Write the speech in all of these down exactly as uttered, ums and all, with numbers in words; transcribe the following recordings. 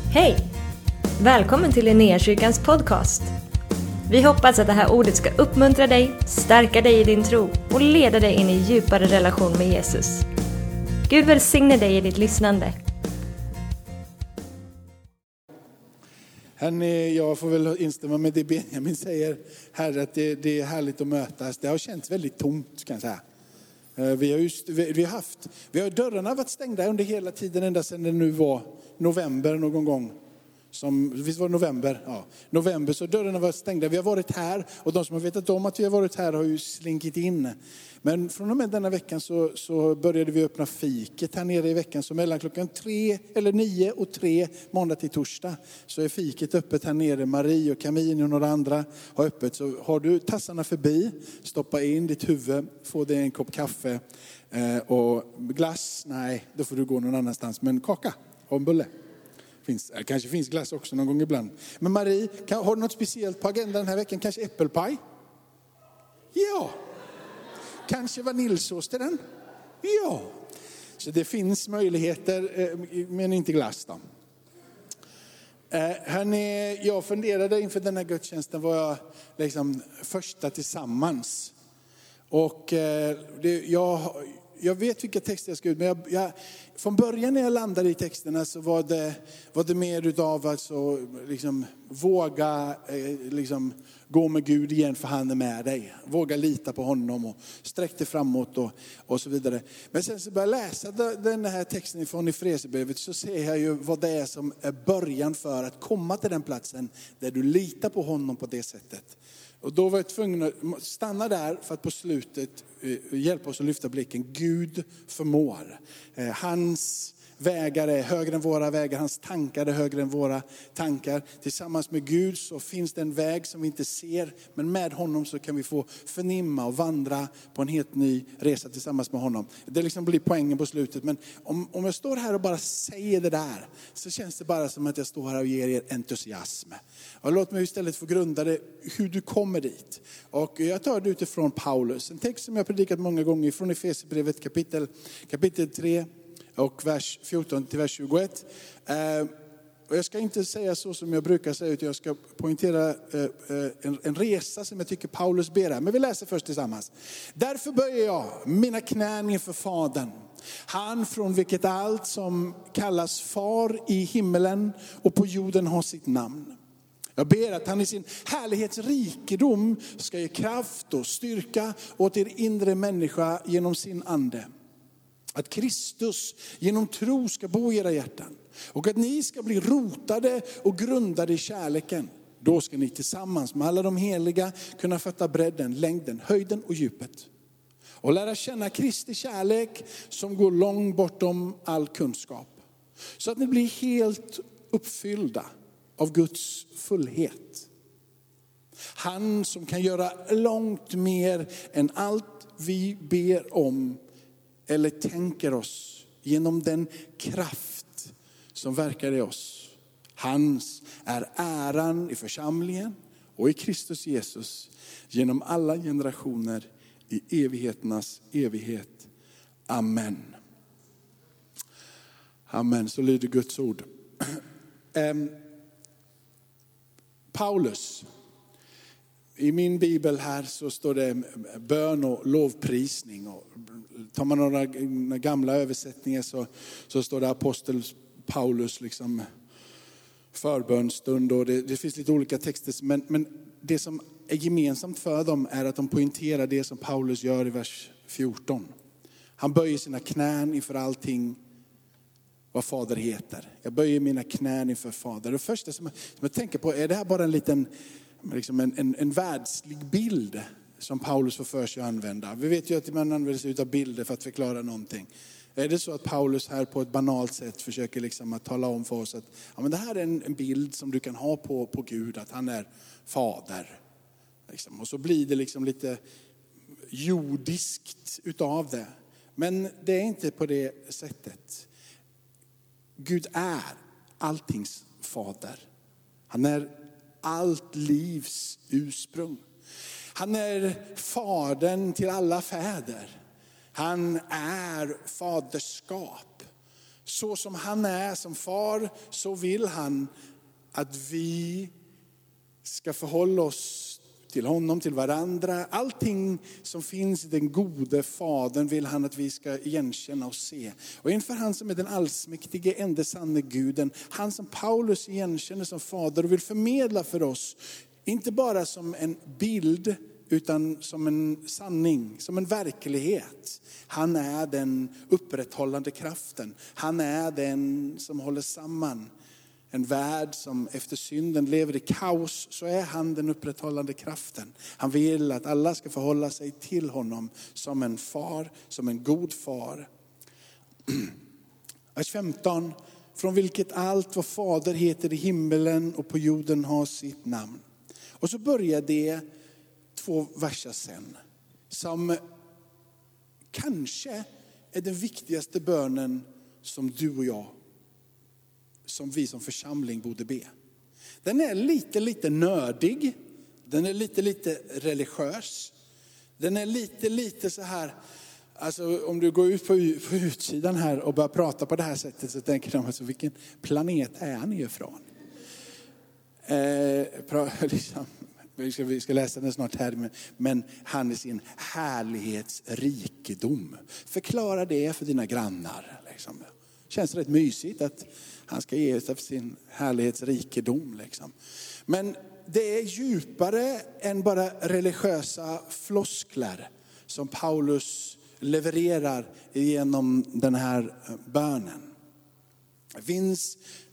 Hej! Välkommen till Linnéakyrkans podcast. Vi hoppas att det här ordet ska uppmuntra dig, stärka dig i din tro och leda dig in i djupare relation med Jesus. Gud välsigne dig i ditt lyssnande. Hörrni, jag får väl instämma med det Benjamin säger här, att det, det är härligt att mötas. Det har känts väldigt tomt, kan jag säga. Vi har, just, vi, vi har haft, vi har dörrarna varit stängda under hela tiden, ända sedan det nu var november någon gång. Som, visst var det november? Ja, november, så dörrarna var stängda. Vi har varit här, och de som har vetat om att vi har varit här har ju slinkit in. Men från och med denna veckan så, så började vi öppna fiket här nere i veckan. Så mellan klockan tre eller nio och tre, måndag till torsdag, så är fiket öppet här nere. Marie och Camille och några andra har öppet. Så har du tassarna förbi, stoppa in ditt huvud, få dig en kopp kaffe eh, och glass. Nej, då får du gå någon annanstans. Men kaka och en bulle. Finns, kanske finns glass också någon gång ibland. Men Marie, kan, har du något speciellt på agendan den här veckan? Kanske äppelpaj? Ja. Kanske vaniljsås till den? Ja. Så det finns möjligheter, men inte glass då. Eh, hörni, jag funderade inför den här gudstjänsten, var jag liksom första tillsammans. Och eh, det, jag... Jag vet vilka texter jag ska ut, men jag, jag, från början när jag landade i texterna så var det, var det mer utav att alltså, liksom, våga eh, liksom, gå med Gud igen, för han är med dig. Våga lita på honom och sträck dig framåt och, och så vidare. Men sen så började jag läsa den här texten från Efesierbrevet, så ser jag ju vad det är som är början för att komma till den platsen där du litar på honom på det sättet. Och då var jag tvungen att stanna där för att på slutet hjälpa oss att lyfta blicken. Gud förmår. Hans vägar är högre än våra vägar. Hans tankar är högre än våra tankar. Tillsammans med Gud så finns det en väg som vi inte ser. Men med honom så kan vi få förnimma och vandra på en helt ny resa tillsammans med honom. Det liksom blir poängen på slutet. Men om, om jag står här och bara säger det där, så känns det bara som att jag står här och ger er entusiasm. Och låt mig istället få grunda det hur du kommer dit. Och jag tar det utifrån Paulus. En text som jag predikat många gånger från Efesierbrevet kapitel, kapitel tre. Och vers fjorton till vers tjugoett. Eh, och jag ska inte säga så som jag brukar säga, utan jag ska poängtera eh, en, en resa som jag tycker Paulus ber här. Men vi läser först tillsammans. Därför böjer jag mina knän inför Fadern. Han från vilket allt som kallas far i himmelen och på jorden har sitt namn. Jag ber att han i sin härlighetsrikedom ska ge kraft och styrka åt er inre människa genom sin ande. Att Kristus genom tro ska bo i era hjärtan. Och att ni ska bli rotade och grundade i kärleken. Då ska ni tillsammans med alla de heliga kunna fatta bredden, längden, höjden och djupet. Och lära känna Kristi kärlek som går långt bortom all kunskap. Så att ni blir helt uppfyllda av Guds fullhet. Han som kan göra långt mer än allt vi ber om eller tänker oss, genom den kraft som verkar i oss. Hans är äran i församlingen och i Kristus Jesus genom alla generationer i evigheternas evighet. Amen. Amen, så lyder Guds ord. Um, Paulus. I min bibel här så står det bön och lovprisning. Och tar man några gamla översättningar så, så står det apostel Paulus liksom förbönstund. Och det, det finns lite olika texter. Men, men det som är gemensamt för dem är att de poängterar det som Paulus gör i vers fjorton. Han böjer sina knän inför allting vad fader heter. Jag böjer mina knän inför fader. Det första som jag, som jag tänker på, är det här bara en liten... Liksom en, en, en världslig bild som Paulus får för sig att använda. Vi vet ju att man använder sig av bilder för att förklara någonting. Är det så att Paulus här på ett banalt sätt försöker liksom att tala om för oss att ja, men det här är en, en bild som du kan ha på, på Gud, att han är fader. Liksom. Och så blir det liksom lite jordiskt utav det. Men det är inte på det sättet. Gud är alltings fader. Han är allt livs ursprung. Han är fadern till alla fäder. Han är faderskap. Så som han är som far, så vill han att vi ska förhålla oss till honom, till varandra. Allting som finns i den gode fadern vill han att vi ska igenkänna och se. Och inför han som är den allsmäktige, enda sanne guden, han som Paulus igenkänner som fader och vill förmedla för oss, inte bara som en bild utan som en sanning, som en verklighet. Han är den upprätthållande kraften. Han är den som håller samman en värld som efter synden lever i kaos, så är han den upprätthållande kraften. Han vill att alla ska förhålla sig till honom som en far, som en god far. Vers femton. Från vilket allt vad fader heter i himmelen och på jorden har sitt namn. Och så börjar det två verser sen. Som kanske är den viktigaste bönen som du och jag, som vi som församling borde be. Den är lite, lite nördig. Den är lite, lite religiös. Den är lite, lite så här. Alltså om du går ut på, på utsidan här och börjar prata på det här sättet, så tänker de, alltså, vilken planet är han ifrån? Eh, pra, liksom, vi, ska, vi ska läsa den snart här. Men, men han är sin härlighetsrikedom. Förklara det för dina grannar. Liksom. Känns rätt mysigt att han ska ge sig för sin härlighetsrikedom. Liksom. Men det är djupare än bara religiösa floskler som Paulus levererar genom den här bönen. Det finns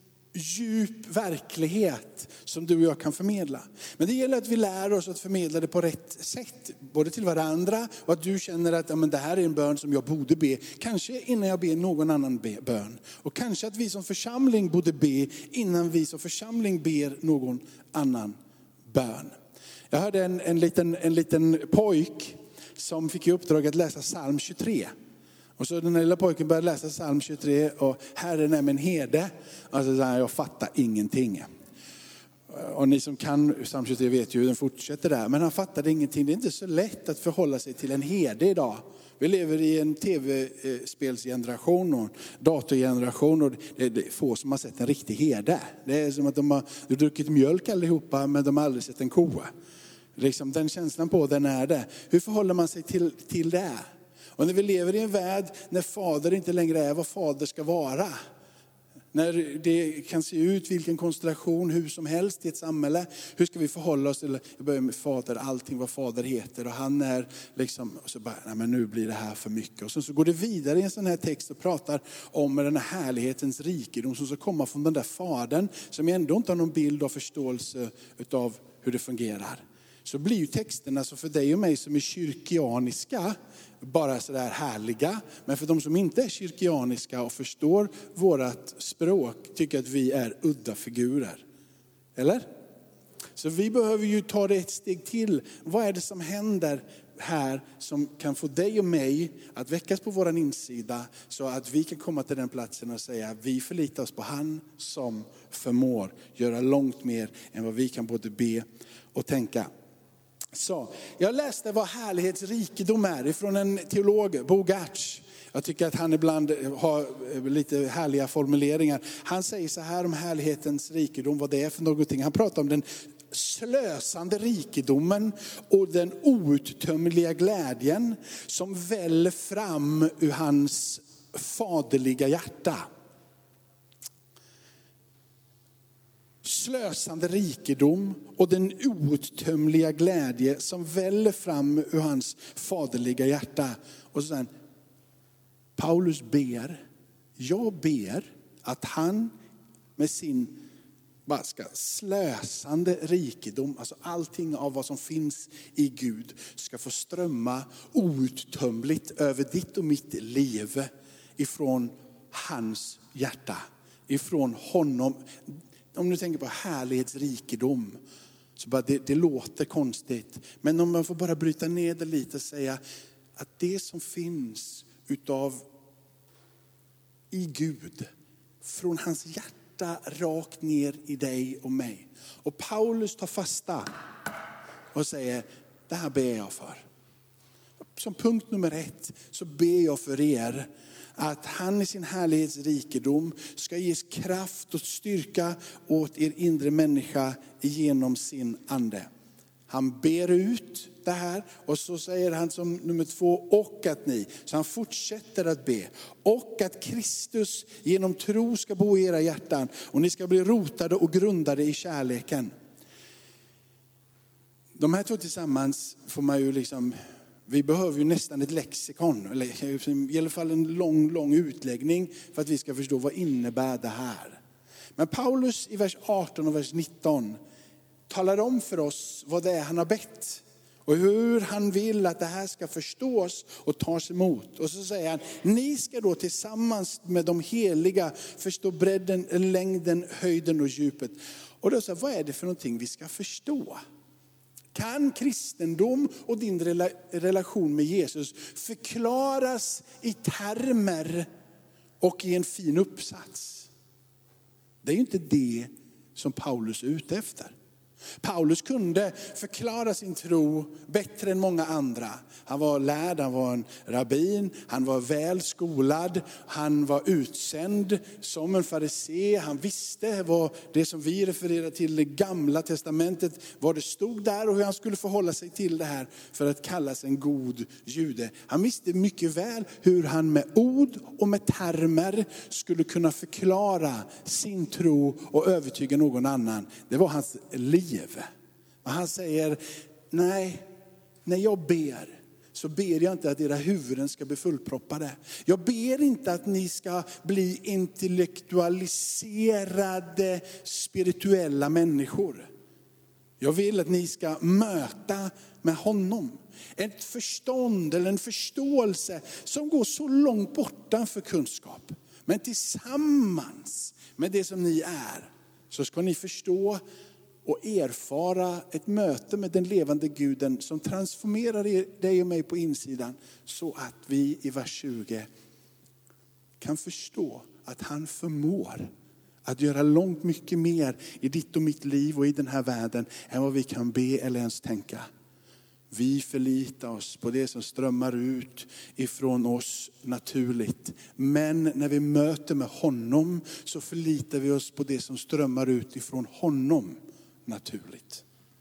djup verklighet som du och jag kan förmedla. Men det gäller att vi lär oss att förmedla det på rätt sätt. Både till varandra och att du känner att ja, men det här är en bön som jag borde be. Kanske innan jag ber någon annan be, bön. Och kanske att vi som församling borde be innan vi som församling ber någon annan bön. Jag hörde en, en, liten, en liten pojk som fick i uppdrag att läsa psalm tjugotre. Och så den lilla pojken började läsa psalm tjugotre och Herren är min herde. Och så sa han, jag fattar ingenting. Och ni som kan psalm tjugotre vet ju hur den fortsätter där. Men han fattade ingenting. Det är inte så lätt att förhålla sig till en herde idag. Vi lever i en tv-spelsgeneration och datorgeneration. Och det är få som har sett en riktig herde. Det är som att de har druckit mjölk allihopa, men de har aldrig sett en ko. Liksom den känslan på den är det. Hur förhåller man sig till, till det? Och när vi lever i en värld när fader inte längre är vad fader ska vara. När det kan se ut vilken konstellation, hur som helst i ett samhälle. Hur ska vi förhålla oss till, jag börjar med fader, allting vad fader heter. Och han är liksom, och så bara, nej men nu blir det här för mycket. Och sen så går det vidare i en sån här text och pratar om den här härlighetens rikedom som ska komma från den där fadern. Som ändå inte har någon bild och förståelse utav hur det fungerar. Så blir ju texterna så för dig och mig som är kyrkianiska bara sådär härliga. Men för de som inte är kyrkianiska och förstår vårat språk tycker att vi är udda figurer. Eller? Så vi behöver ju ta det ett steg till. Vad är det som händer här som kan få dig och mig att väckas på våran insida så att vi kan komma till den platsen och säga vi förlitar oss på han som förmår göra långt mer än vad vi kan både be och tänka. Så, jag läste vad härlighetsrikedom är ifrån en teolog, Bo Gertz. Jag tycker att han ibland har lite härliga formuleringar. Han säger så här om härlighetens rikedom, vad det är för någonting. Han pratar om den slösande rikedomen och den outtömliga glädjen som väller fram ur hans faderliga hjärta. Slösande rikedom och den outtömliga glädje som väller fram ur hans faderliga hjärta. Och så sen, Paulus ber, jag ber att han med sin bara ska, slösande rikedom, alltså allting av vad som finns i Gud ska få strömma outtömligt över ditt och mitt liv ifrån hans hjärta, ifrån honom. Om du tänker på härlighetsrikedom så bara det, det låter konstigt. Men om man får bara bryta ner det lite och säga att det som finns utav i Gud från hans hjärta rakt ner i dig och mig. Och Paulus tar fasta och säger det här ber jag för. Som punkt nummer ett så ber jag för er att han i sin härlighetsrikedom ska ges kraft och styrka åt er inre människa genom sin ande. Han ber ut det här och så säger han som nummer två, och att ni. Så han fortsätter att be. Och att Kristus genom tro ska bo i era hjärtan och ni ska bli rotade och grundade i kärleken. De här två tillsammans får man ju liksom, vi behöver ju nästan ett lexikon, eller i alla fall en lång, lång utläggning för att vi ska förstå vad innebär det här. Men Paulus i vers arton och vers nitton talar om för oss vad det är han har bett. Och hur han vill att det här ska förstås och tas emot. Och så säger han, ni ska då tillsammans med de heliga förstå bredden, längden, höjden och djupet. Och då säger vad är det för någonting vi ska förstå? Kan kristendom och din relation med Jesus förklaras i termer och i en fin uppsats? Det är ju inte det som Paulus är ute efter. Paulus kunde förklara sin tro bättre än många andra. Han var lärd, han var en rabbin, han var väl skolad, han var utsänd som en farisé. Han visste vad det som vi refererar till, det gamla testamentet, vad det stod där och hur han skulle förhålla sig till det här för att kallas en god jude. Han visste mycket väl hur han med ord och med termer skulle kunna förklara sin tro och övertyga någon annan. Det var hans liv. Och han säger, nej, när jag ber så ber jag inte att era huvuden ska bli fullproppade. Jag ber inte att ni ska bli intellektualiserade spirituella människor. Jag vill att ni ska möta med honom. Ett förstånd eller en förståelse som går så långt bortanför kunskap. Men tillsammans med det som ni är så ska ni förstå och erfara ett möte med den levande guden som transformerar dig och mig på insidan. Så att vi i vers tjugo kan förstå att han förmår att göra långt mycket mer i ditt och mitt liv och i den här världen än vad vi kan be eller ens tänka. Vi förlitar oss på det som strömmar ut ifrån oss naturligt. Men när vi möter med honom så förlitar vi oss på det som strömmar ut ifrån honom naturligt.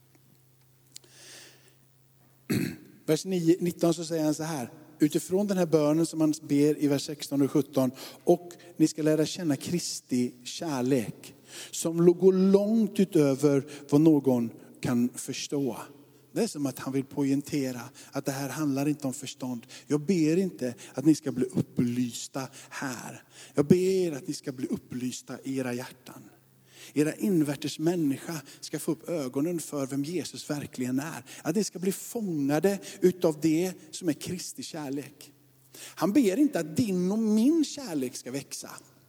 Vers nio, nitton så säger han så här. Utifrån den här bönen som han ber i vers sexton och sjutton. Och ni ska lära känna Kristi kärlek. Som går långt utöver vad någon kan förstå. Det är som att han vill poängtera att det här handlar inte om förstånd. Jag ber inte att ni ska bli upplysta här. Jag ber att ni ska bli upplysta i era hjärtan. Era invärtes människa ska få upp ögonen för vem Jesus verkligen är. Att ni ska bli fångade utav det som är Kristi kärlek. Han ber inte att din och min kärlek ska växa.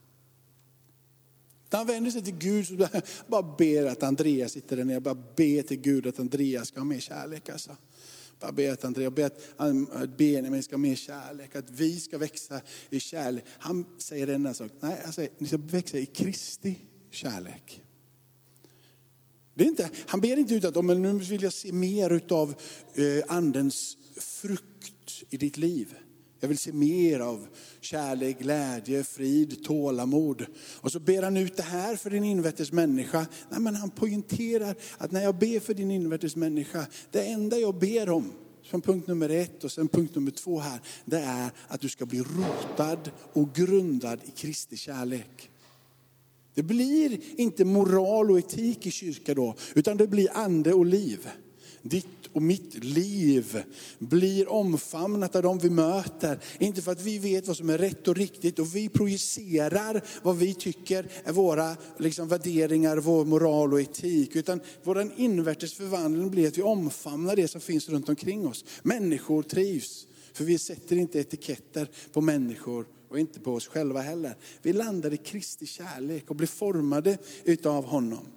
Han vänder sig till Gud och bara ber att Andreas sitter där nere. Jag bara ber till Gud att Andreas ska ha mer kärlek. Alltså. Bara ber att Andreas, ber att Benjamin ska ha mer kärlek. Att vi ska växa i kärlek. Han säger en sak. Nej, han säger ni ska växa i Kristi kärlek. Det är inte, han ber inte ut att om nu vill jag se mer utav eh, andens frukt i ditt liv. Jag vill se mer av kärlek, glädje, frid, tålamod. Och så ber han ut det här för din invärtes människa. Nej, men han poängterar att när jag ber för din invärtes människa, det enda jag ber om, som punkt nummer ett och sen punkt nummer två här, det är att du ska bli rotad och grundad i Kristi kärlek. Det blir inte moral och etik i kyrka då, utan det blir ande och liv. Ditt och mitt liv blir omfamnat av dem vi möter. Inte för att vi vet vad som är rätt och riktigt och vi projicerar vad vi tycker är våra liksom, värderingar, vår moral och etik. Utan vår invärtes förvandling blir att vi omfamnar det som finns runt omkring oss. Människor trivs, för vi sätter inte etiketter på människor och inte på oss själva heller. Vi landar i Kristi kärlek och blir formade utav honom.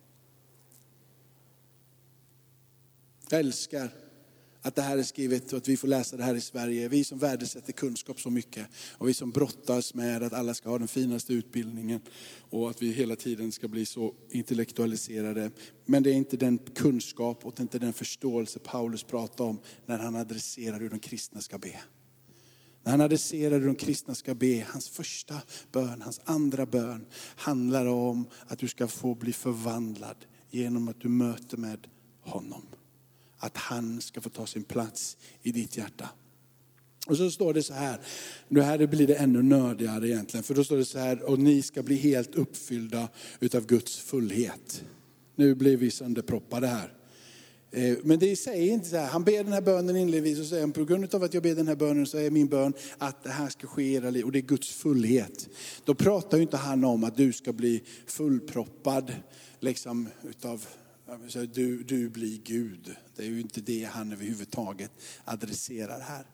Jag älskar att det här är skrivet och att vi får läsa det här i Sverige. Vi som värdesätter kunskap så mycket. Och vi som brottas med att alla ska ha den finaste utbildningen. Och att vi hela tiden ska bli så intellektualiserade. Men det är inte den kunskap och det är inte den förståelse Paulus pratar om när han adresserar hur de kristna ska be. När han adresserar hur de kristna ska be, hans första bön, hans andra bön handlar om att du ska få bli förvandlad genom att du möter med honom. Att han ska få ta sin plats i ditt hjärta. Och så står det så här, nu här blir det ännu nördigare egentligen. För då står det så här, och ni ska bli helt uppfyllda utav Guds fullhet. Nu blir vi sönderproppade här. Men det säger inte så här, han ber den här bönen inledningsvis och säger, på grund av att jag ber den här bönen så är min bön att det här ska ske i era liv. Och det är Guds fullhet. Då pratar ju inte han om att du ska bli fullproppad liksom utav, du, du blir Gud. Det är ju inte det han överhuvudtaget adresserar här.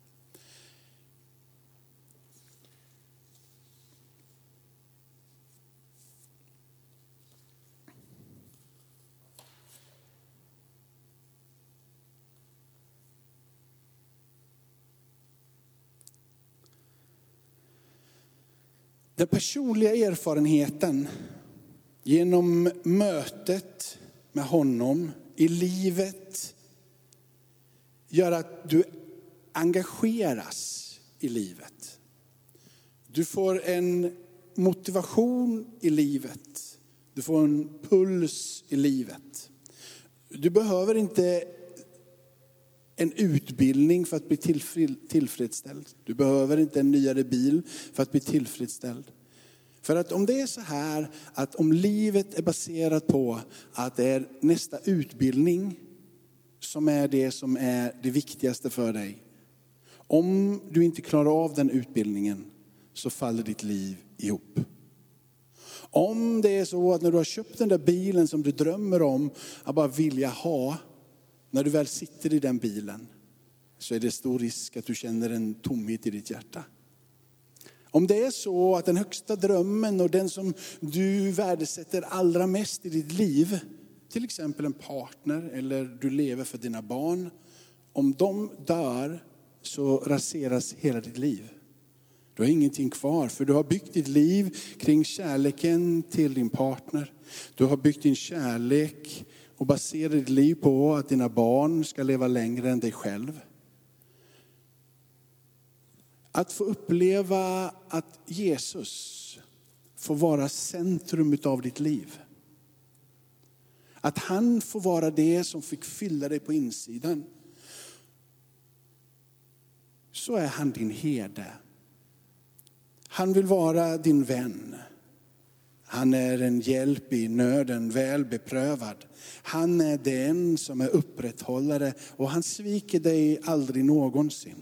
Den personliga erfarenheten genom mötet med honom i livet gör att du engageras i livet. Du får en motivation i livet. Du får en puls i livet. Du behöver inte en utbildning för att bli tillfredsställd. Du behöver inte en nyare bil för att bli tillfredsställd. För att om det är så här att om livet är baserat på att det är nästa utbildning som är det som är det viktigaste för dig. Om du inte klarar av den utbildningen så faller ditt liv ihop. Om det är så att när du har köpt den där bilen som du drömmer om att bara vilja ha, när du väl sitter i den bilen så är det stor risk att du känner en tomhet i ditt hjärta. Om det är så att den högsta drömmen och den som du värdesätter allra mest i ditt liv, till exempel en partner eller du lever för dina barn, om de dör så raseras hela ditt liv. Du har ingenting kvar för du har byggt ditt liv kring kärleken till din partner. Du har byggt din kärlek och baserar ditt liv på att dina barn ska leva längre än dig själv. Att få uppleva att Jesus får vara centrum av ditt liv. Att han får vara det som fick fylla dig på insidan. Så är han din herde. Han vill vara din vän. Han är en hjälp i nöden, väl beprövad. Han är den som är upprätthållare och han sviker dig aldrig någonsin.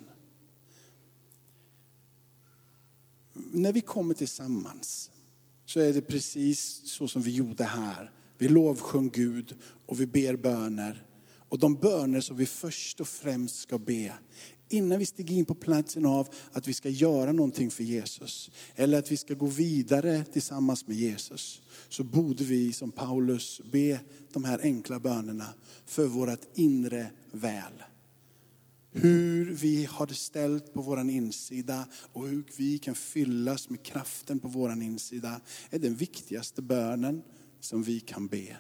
När vi kommer tillsammans så är det precis så som vi gjorde här. Vi lovsjung Gud och vi ber böner. Och de böner som vi först och främst ska be innan vi stiger in på platsen av att vi ska göra någonting för Jesus. Eller att vi ska gå vidare tillsammans med Jesus. Så borde vi som Paulus be de här enkla bönerna för vårt inre väl. Hur vi har det ställt på våran insida och hur vi kan fyllas med kraften på våran insida är den viktigaste bönen som vi kan be.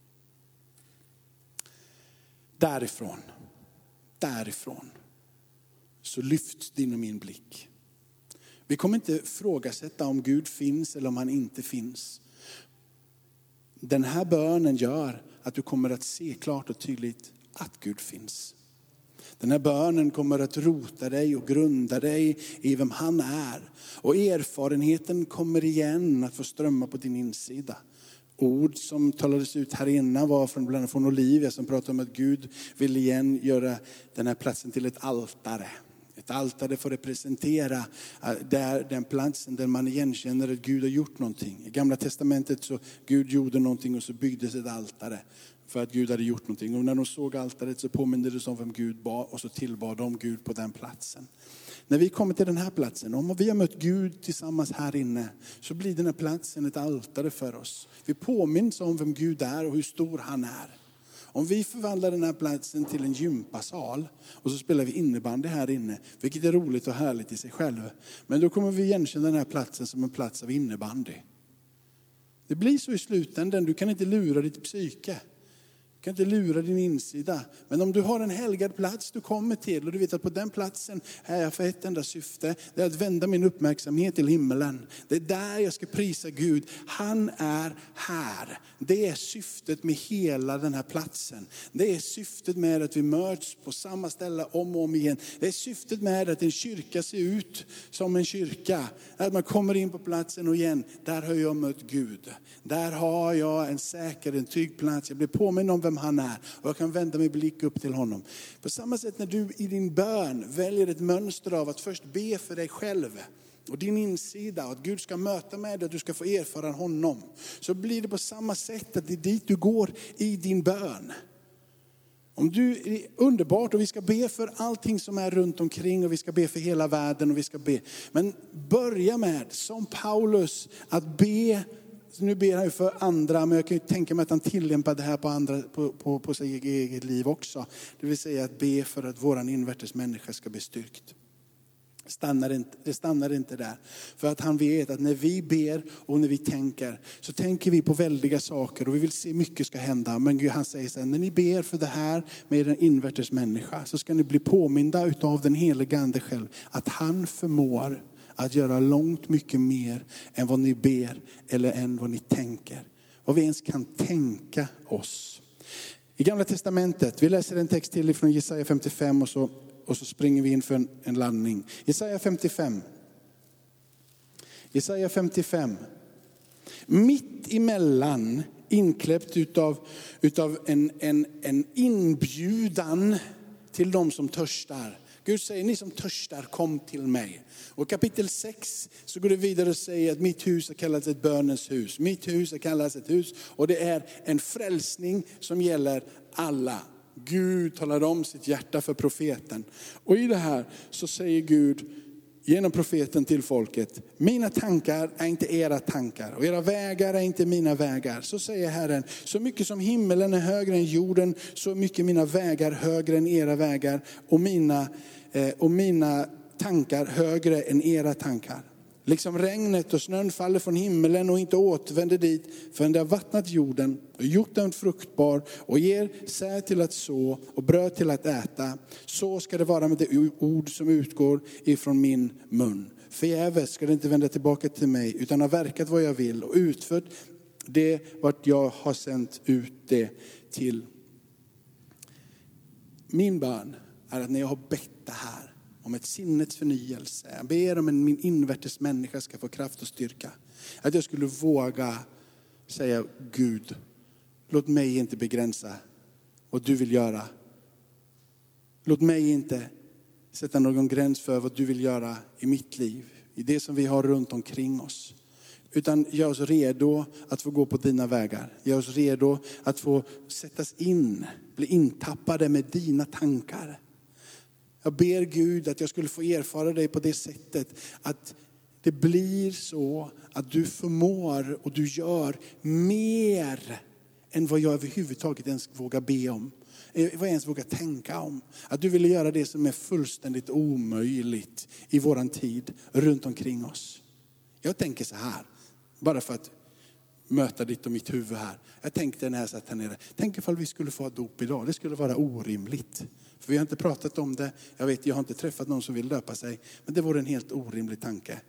Därifrån, därifrån så lyfts din och min blick. Vi kommer inte frågasätta om Gud finns eller om han inte finns. Den här bönen gör att du kommer att se klart och tydligt att Gud finns. Den här bönen kommer att rota dig och grunda dig i vem han är. Och erfarenheten kommer igen att få strömma på din insida. Ord som talades ut här innan var från bland annat från Olivia som pratade om att Gud vill igen göra den här platsen till ett altare. Ett altare får representera där, den platsen där man igenkänner att Gud har gjort någonting. I Gamla testamentet så Gud gjorde någonting och så byggdes ett altare. För att Gud hade gjort någonting. Och när de såg altaret så påminner det sig om vem Gud bad. Och så tillbad de Gud på den platsen. När vi kommer till den här platsen. Om vi har mött Gud tillsammans här inne. Så blir den här platsen ett altare för oss. Vi påminns om vem Gud är och hur stor han är. Om vi förvandlar den här platsen till en gympasal. Och så spelar vi innebandy här inne. Vilket är roligt och härligt i sig själv. Men då kommer vi igenkänna den här platsen som en plats av innebandy. Det blir så i slutändan. Du kan inte lura ditt psyke. Du kan inte lura din insida. Men om du har en helgad plats du kommer till och du vet att på den platsen är jag för ett enda syfte. Det är att vända min uppmärksamhet till himmelen. Det är där jag ska prisa Gud. Han är här. Det är syftet med hela den här platsen. Det är syftet med att vi möts på samma ställe om och om igen. Det är syftet med att en kyrka ser ut som en kyrka. Att man kommer in på platsen och igen, där har jag mött Gud. Där har jag en säker, en trygg plats. Jag blir påminn om vem han är. Och jag kan vända min blick upp till honom. På samma sätt när du i din bön väljer ett mönster av att först be för dig själv. Och din insida, och att Gud ska möta med dig, att du ska få erfara honom. Så blir det på samma sätt att det är dit du går i din bön. Om du är underbart och vi ska be för allting som är runt omkring och vi ska be för hela världen och vi ska be. Men börja med, som Paulus, att be. Nu ber han ju för andra, men jag kan ju tänka mig att han tillämpar det här på andra, på, på, på sitt eget liv också. Det vill säga att be för att våran invärtes människa ska bli styrkt. Stannar inte, det stannar inte där. För att han vet att när vi ber och när vi tänker, så tänker vi på väldiga saker och vi vill se mycket ska hända. Men Gud, han säger så här, när ni ber för det här med den invärtes människa, så ska ni bli påminda utav den heliga ande själv. Att han förmår att göra långt mycket mer än vad ni ber eller än vad ni tänker. Vad vi ens kan tänka oss. I Gamla testamentet, vi läser en text till från Jesaja femtiofem och så, och så springer vi in för en, en landning. Jesaja femtiofem. Jesaja femtiofem. Mitt emellan inkläppt utav, utav en, en, en inbjudan till de som törstar. Gud säger, ni som törstar, kom till mig. Och kapitel sex så går det vidare och säger att mitt hus har kallats ett bönens hus. Mitt hus har kallats ett hus. Och det är en frälsning som gäller alla. Gud talar om sitt hjärta för profeten. Och i det här så säger Gud genom profeten till folket, mina tankar är inte era tankar och era vägar är inte mina vägar. Så säger Herren, så mycket som himmelen är högre än jorden, så mycket mina vägar högre än era vägar och mina, eh, och mina tankar högre än era tankar. Liksom regnet och snön faller från himmelen och inte återvänder dit förrän det har vattnat jorden och gjort den fruktbar och ger säd till att så och bröd till att äta. Så ska det vara med det ord som utgår ifrån min mun. Förgäves ska det inte vända tillbaka till mig utan har verkat vad jag vill och utfört det vart jag har sänt ut det till. Min bön är att när jag har bett det här om ett sinnets förnyelse. Jag ber om att min invärtes människa ska få kraft och styrka. Att jag skulle våga säga, Gud, låt mig inte begränsa vad du vill göra. Låt mig inte sätta någon gräns för vad du vill göra i mitt liv. I det som vi har runt omkring oss. Utan gör oss redo att få gå på dina vägar. Gör oss redo att få sättas in, bli intappade med dina tankar. Jag ber Gud att jag skulle få erfara dig på det sättet att det blir så att du förmår och du gör mer än vad jag överhuvudtaget ens vågar be om. Vad jag ens vågar tänka om. Att du vill göra det som är fullständigt omöjligt i våran tid runt omkring oss. Jag tänker så här, bara för att möta ditt och mitt huvud här. Jag tänkte när jag satt här nere, tänk ifall vi skulle få dop idag. Det skulle vara orimligt. För vi har inte pratat om det. Jag vet, jag har inte träffat någon som vill döpa sig. Men det vore en helt orimlig tanke.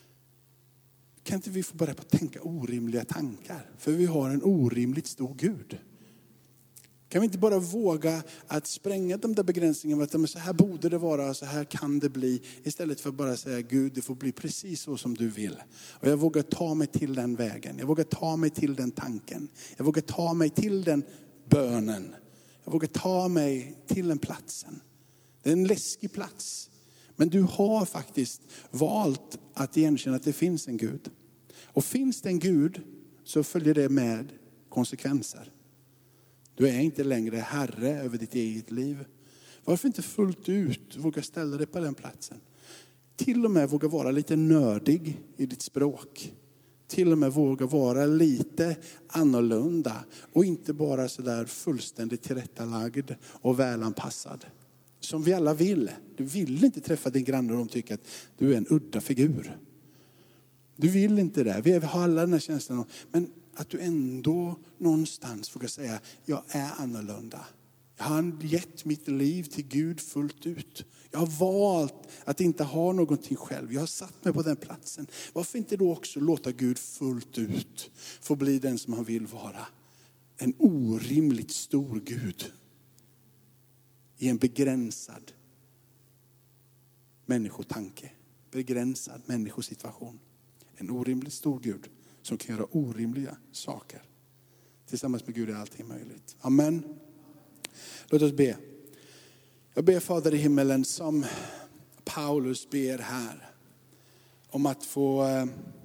Kan inte vi få börja på att tänka orimliga tankar? För vi har en orimligt stor Gud. Kan vi inte bara våga att spränga de där begränsningarna? Att så här borde det vara, så här kan det bli. Istället för att bara säga, Gud, det får bli precis så som du vill. Och jag vågar ta mig till den vägen. Jag vågar ta mig till den tanken. Jag vågar ta mig till den bönen. Jag vågar ta mig till den platsen. Det är en läskig plats. Men du har faktiskt valt att igenkänna att det finns en Gud. Och finns det en Gud så följer det med konsekvenser. Du är inte längre herre över ditt eget liv. Varför inte fullt ut våga ställa dig på den platsen? Till och med våga vara lite nördig i ditt språk. Till och med våga vara lite annorlunda. Och inte bara så där fullständigt tillrättalagd och välanpassad. Som vi alla vill. Du vill inte träffa din granne och de tycker att du är en udda figur. Du vill inte det. Vi har alla den här känslan. Men att du ändå någonstans vågar säga, jag är annorlunda. Jag har gett mitt liv till Gud fullt ut. Jag har valt att inte ha någonting själv. Jag har satt mig på den platsen. Varför inte då också låta Gud fullt ut få bli den som han vill vara? En orimligt stor Gud i en begränsad människotanke. Begränsad människosituation. En orimligt stor Gud som kan göra orimliga saker. Tillsammans med Gud är allting möjligt. Amen. Låt oss be. Jag ber Fader i himmelen som Paulus ber här. Om att få eh,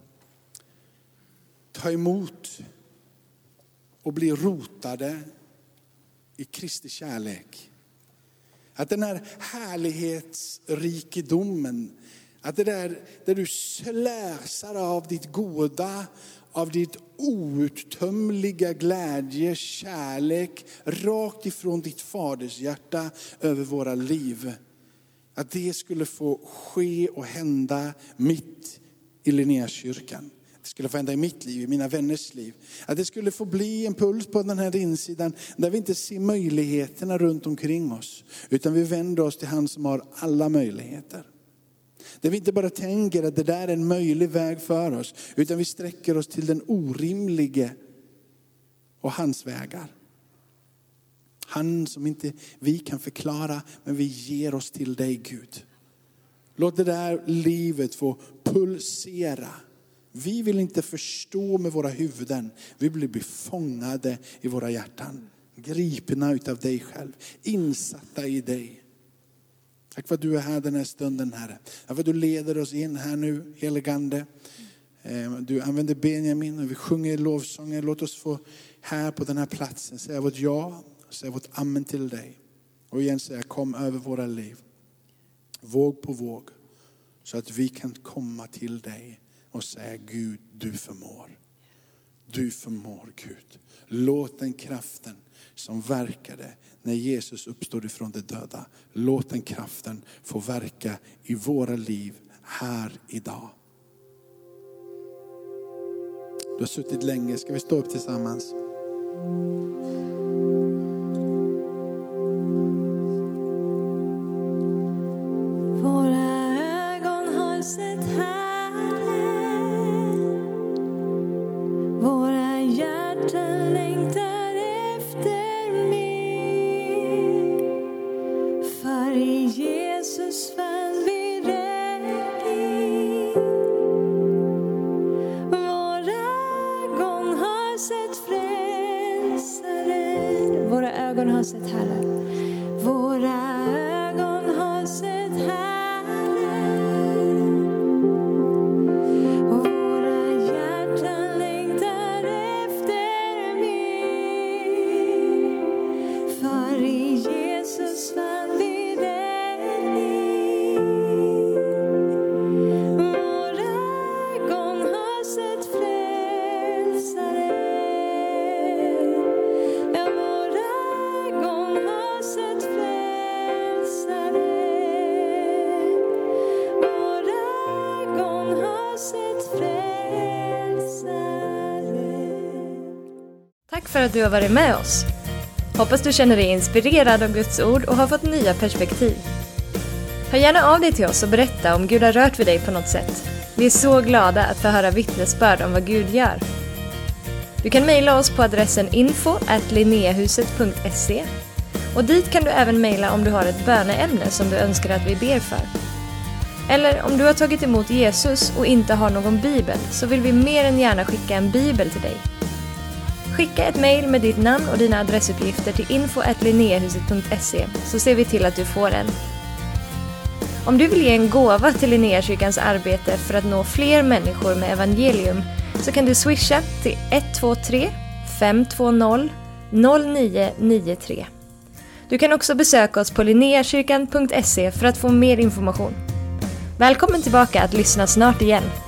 ta emot och bli rotade i Kristi kärlek. Att den här härlighetsrikedomen, att det där, där du slösar av ditt goda, av ditt outtömliga glädje, kärlek, rakt ifrån ditt faders hjärta över våra liv. Att det skulle få ske och hända mitt i Linnéakyrkan. Det skulle få hända i mitt liv, i mina vänners liv. Att det skulle få bli en puls på den här insidan där vi inte ser möjligheterna runt omkring oss. Utan vi vänder oss till han som har alla möjligheter. Där vi inte bara tänker att det där är en möjlig väg för oss. Utan vi sträcker oss till den orimlige och hans vägar. Han som inte vi kan förklara, men vi ger oss till dig Gud. Låt det där livet få pulsera. Vi vill inte förstå med våra huvuden. Vi vill bli fångade i våra hjärtan. Gripna utav dig själv. Insatta i dig. Tack för att du är här den här stunden, Herre. Tack för att du leder oss in här nu, heligande. Du använder Benjamin och vi sjunger lovsånger. Låt oss få här på den här platsen säga vårt ja, säga vårt amen till dig. Och igen säga kom över våra liv. Våg på våg. Så att vi kan komma till dig och säga Gud, du förmår. Du förmår Gud. Låt den kraften som verkade när Jesus uppstod ifrån de döda. Låt den kraften få verka i våra liv här idag. Du har suttit länge. Ska vi stå upp tillsammans? Våra ögon har sett Herren. Våra hjärtan längtar efter mer. För i Jesus fann vi räddning. Våra ögon har sett frälsaren. Våra ögon har sett Herren. Våra ögon har sett Herren. Och våra hjärtan längtar efter mer. För i Jesus fann vi räddning. Våra ögon har sett frälsaren. Ja, våra ögon har sett frälsaren. Våra ögon har sett frälsaren. Tack för att du har varit med oss. Hoppas du känner dig inspirerad av Guds ord och har fått nya perspektiv. Hör gärna av dig till oss och berätta om Gud har rört vid dig på något sätt. Vi är så glada att få höra vittnesbörd om vad Gud gör. Du kan mejla oss på adressen info at linneahuset punkt se och dit kan du även mejla om du har ett böneämne som du önskar att vi ber för. Eller om du har tagit emot Jesus och inte har någon bibel så vill vi mer än gärna skicka en bibel till dig. Skicka ett mejl med ditt namn och dina adressuppgifter till info at linneahuset punkt se så ser vi till att du får en. Om du vill ge en gåva till Linnéakyrkans arbete för att nå fler människor med evangelium så kan du swisha till ett två tre fem två noll noll nio nio tre. Du kan också besöka oss på linneakyrkan punkt se för att få mer information. Välkommen tillbaka att lyssna snart igen.